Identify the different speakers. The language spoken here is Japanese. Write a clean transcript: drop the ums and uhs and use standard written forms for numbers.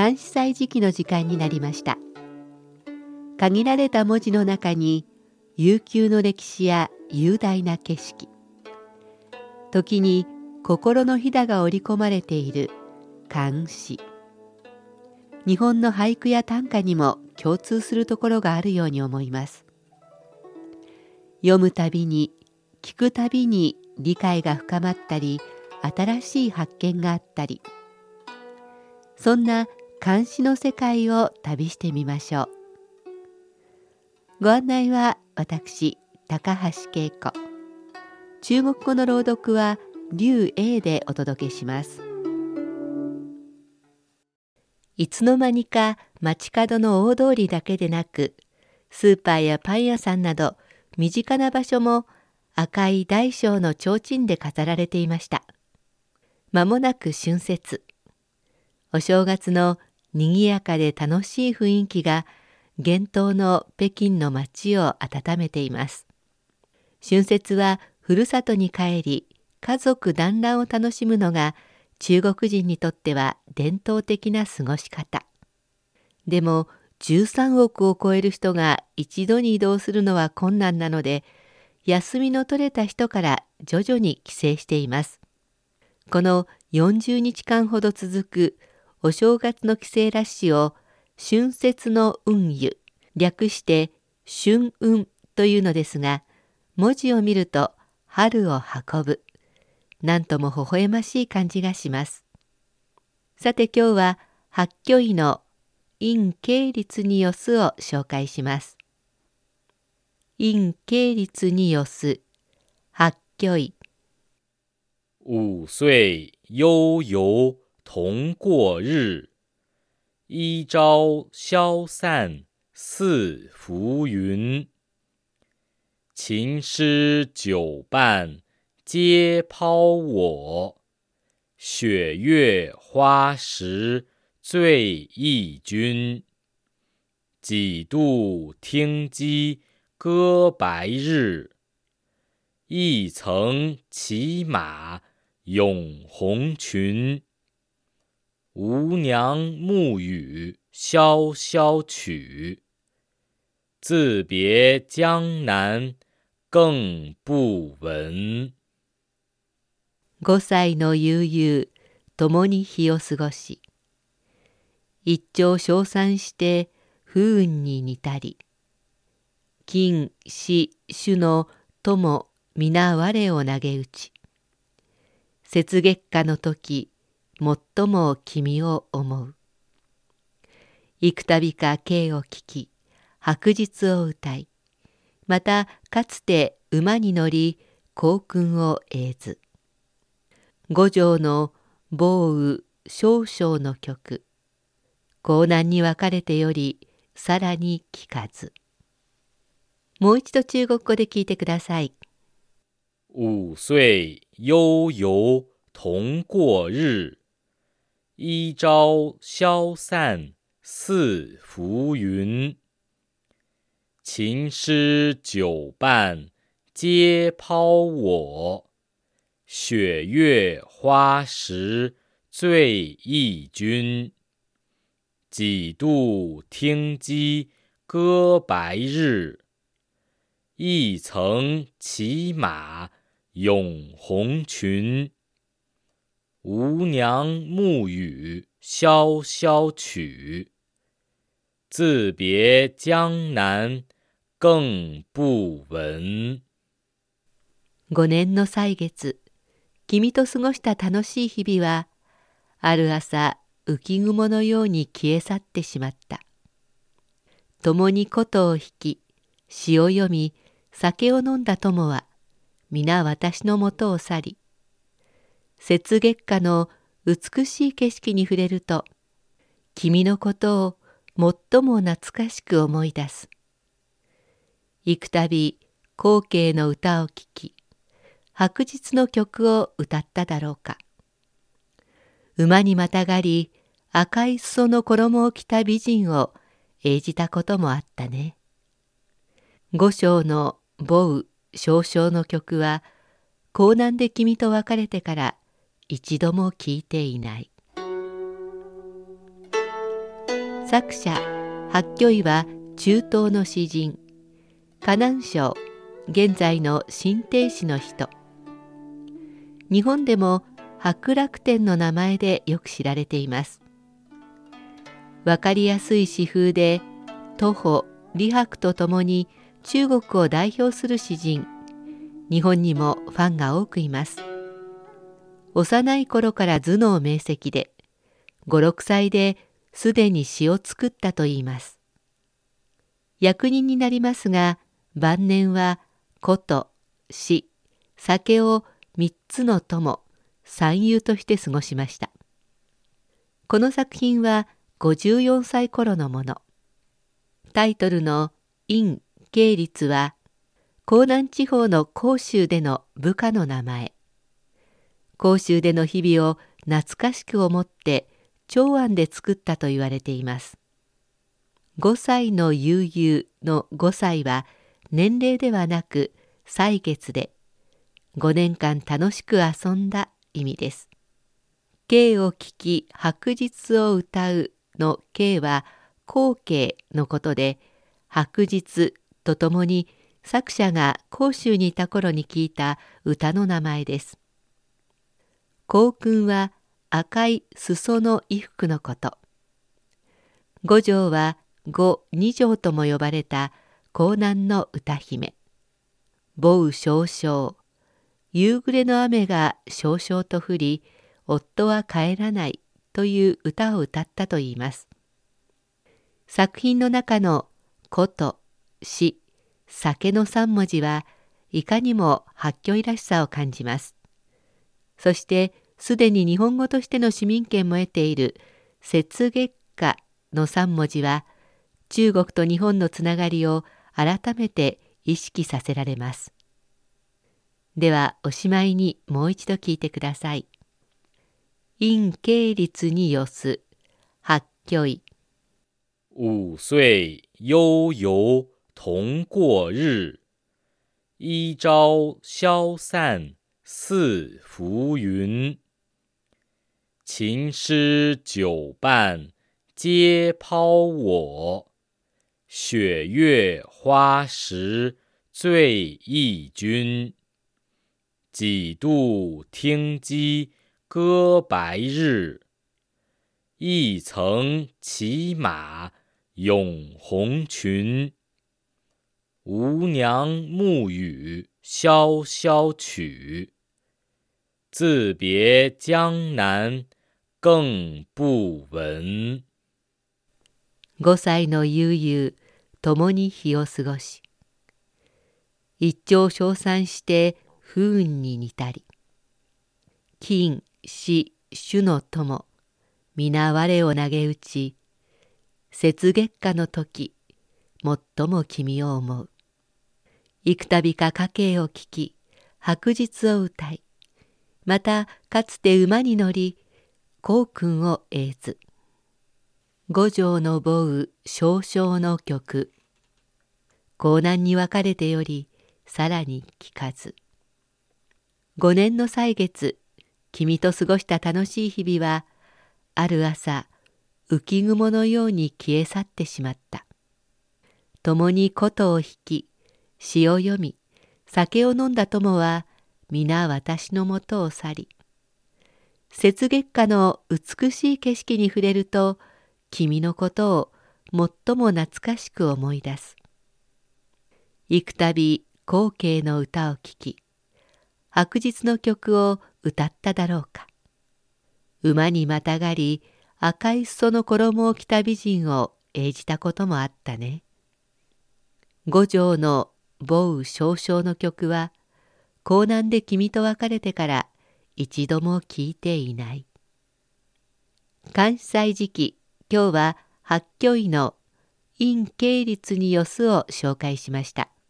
Speaker 1: 漢詩祭時期の時間になりました。限られた文字の中に悠久の歴史や雄大な景色、時に心のひだが織り込まれている漢詩。日本の俳句や短歌にも共通するところがあるように思います。読むたびに、聞くたびに理解が深まったり、新しい発見があったり、そんな漢詩の世界を旅してみましょう。ご案内は私、高橋恵子。中国語の朗読は劉英でお届けします。いつの間にか街角の大通りだけでなく、スーパーやパン屋さんなど身近な場所も赤い大小の提灯で飾られていました。まもなく春節。お正月のにぎやかで楽しい雰囲気が厳冬の北京の街を温めています。春節はふるさとに帰り、家族団らんを楽しむのが中国人にとっては伝統的な過ごし方。でも13億を超える人が一度に移動するのは困難なので、休みの取れた人から徐々に帰省しています。この40日間ほど続くお正月の帰省ラッシュを春節の運輸、略して春運というのですが、文字を見ると春を運ぶ、なんとも微笑ましい感じがします。さて今日は八虚医の陰経律によすを紹介します。陰経律によす、八虚医。
Speaker 2: 五岁悠游同过日，一朝消散似浮云。秦诗酒伴皆抛我，雪月花时醉忆君。几度听鸡歌白日，一曾骑马咏红裙。吴娘暮雨潇潇曲，自别江南更不闻。
Speaker 1: 5歳の悠々、共に日を過ごし、一朝消散して不運に似たり、金死主の友皆我を投げ打ち、雪月花の時、最も君を思う。幾度か景を聞き、白日を歌い、またかつて馬に乗り、行訓を永ず。五条の某雨少々の曲、江南に分かれてより、さらに聞かず。もう一度中国語で聞いてください。
Speaker 2: 五岁悠游同过日，一朝消散似浮云。秦诗酒伴皆抛我，雪月花时醉忆君。几度听鸡歌白日，一曾骑马咏红裙。吴娘暮雨潇潇曲，自别江南更不闻。
Speaker 1: 5年の歳月、君と過ごした楽しい日々は、ある朝、浮雲のように消え去ってしまった。共に琴を弾き、詩を読み、酒を飲んだ友は、皆私のもとを去り、雪月花の美しい景色に触れると、君のことを最も懐かしく思い出す。幾度光景の歌を聴き、白日の曲を歌っただろうか。馬にまたがり、赤い裾の衣を着た美人を演じたこともあったね。五章の某雨少々の曲は、江南で君と別れてから一度も聴いていない。 作者白居易は中東の詩人、河南省現在の心停市の人。日本でも伯楽天の名前でよく知られています。わかりやすい詩風で徒歩、李白とともに中国を代表する詩人、日本にもファンが多くいます。幼い頃から頭脳明晰で、5、6歳ですでに詩を作ったといいます。役人になりますが、晩年は琴と詩、酒を3つの友、三友として過ごしました。この作品は54歳頃のもの。タイトルの陰慶律は、江南地方の甲州での部下の名前。甲州での日々を懐かしく思って長安で作ったと言われています。5歳の悠々の5歳は年齢ではなく歳月で、5年間楽しく遊んだ意味です。景を聞き白日を歌うの景は光景のことで、白日とともに作者が甲州にいた頃に聞いた歌の名前です。香薫は赤い裾の衣服のこと。五条は五二条とも呼ばれた江南の歌姫。傍少々、夕暮れの雨が少々と降り、夫は帰らないという歌を歌ったといいます。作品の中の琴、詩、酒の3文字はいかにも白居易らしさを感じます。そしてすでに日本語としての市民権も得ている雪月花の3文字は、中国と日本のつながりを改めて意識させられます。ではおしまいにもう一度聞いてください。陰慶律によす、白居易。
Speaker 2: 5岁悠游同过日，一朝消散似浮云。琴诗酒伴皆抛我，雪月花时醉忆君。几度听鸡歌白日，亦曾骑马咏红裙。吴娘暮雨潇潇曲，自别江南更不闻。
Speaker 1: 5歳の悠々、共に日を過ごし、一朝消散して不運に似たり、金、死、主の友、皆我を投げ打ち、雪月花の時、最も君を思う。幾度か家計を聞き、白日を歌い、またかつて馬に乗り、香薫を詠ず。五条の傍少々の曲。江南に別れてより、さらに聞かず。5年の歳月、君と過ごした楽しい日々は、ある朝、浮雲のように消え去ってしまった。共に琴を弾き、詩を読み、酒を飲んだ友は、皆私のもとを去り、雪月花の美しい景色に触れると、君のことを最も懐かしく思い出す。幾度光景の歌を聴き、白日の曲を歌っただろうか。馬にまたがり、赤い裾の衣を着た美人を演じたこともあったね。五条の傍少々の曲は、江南で君と別れてから一度も聴いていない。関西時期、今日は白居易の陰慶律によすを紹介しました。